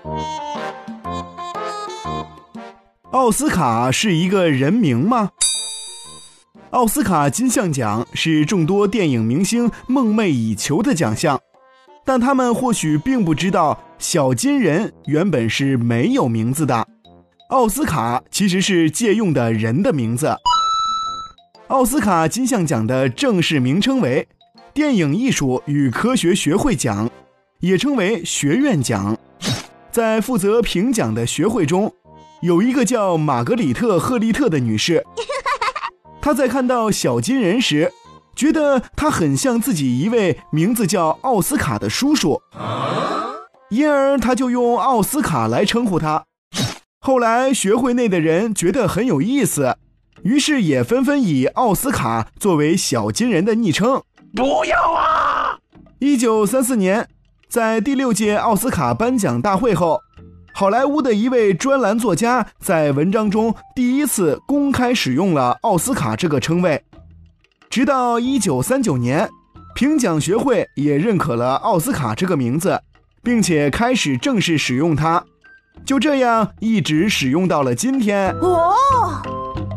奥斯卡是一个人名吗？奥斯卡金像奖是众多电影明星梦寐以求的奖项，但他们或许并不知道，小金人原本是没有名字的，奥斯卡其实是借用的人的名字。奥斯卡金像奖的正式名称为电影艺术与科学学会奖，也称为学院奖。在负责评奖的学会中，有一个叫玛格里特·赫利特的女士，她在看到小金人时，觉得他很像自己一位名字叫奥斯卡的叔叔，因而他就用奥斯卡来称呼他。后来学会内的人觉得很有意思，于是也纷纷以奥斯卡作为小金人的昵称。 不要啊 ！1934年，在第6届奥斯卡颁奖大会后，好莱坞的一位专栏作家在文章中第一次公开使用了奥斯卡这个称谓。直到1939年，评奖学会也认可了奥斯卡这个名字，并且开始正式使用它。就这样一直使用到了今天。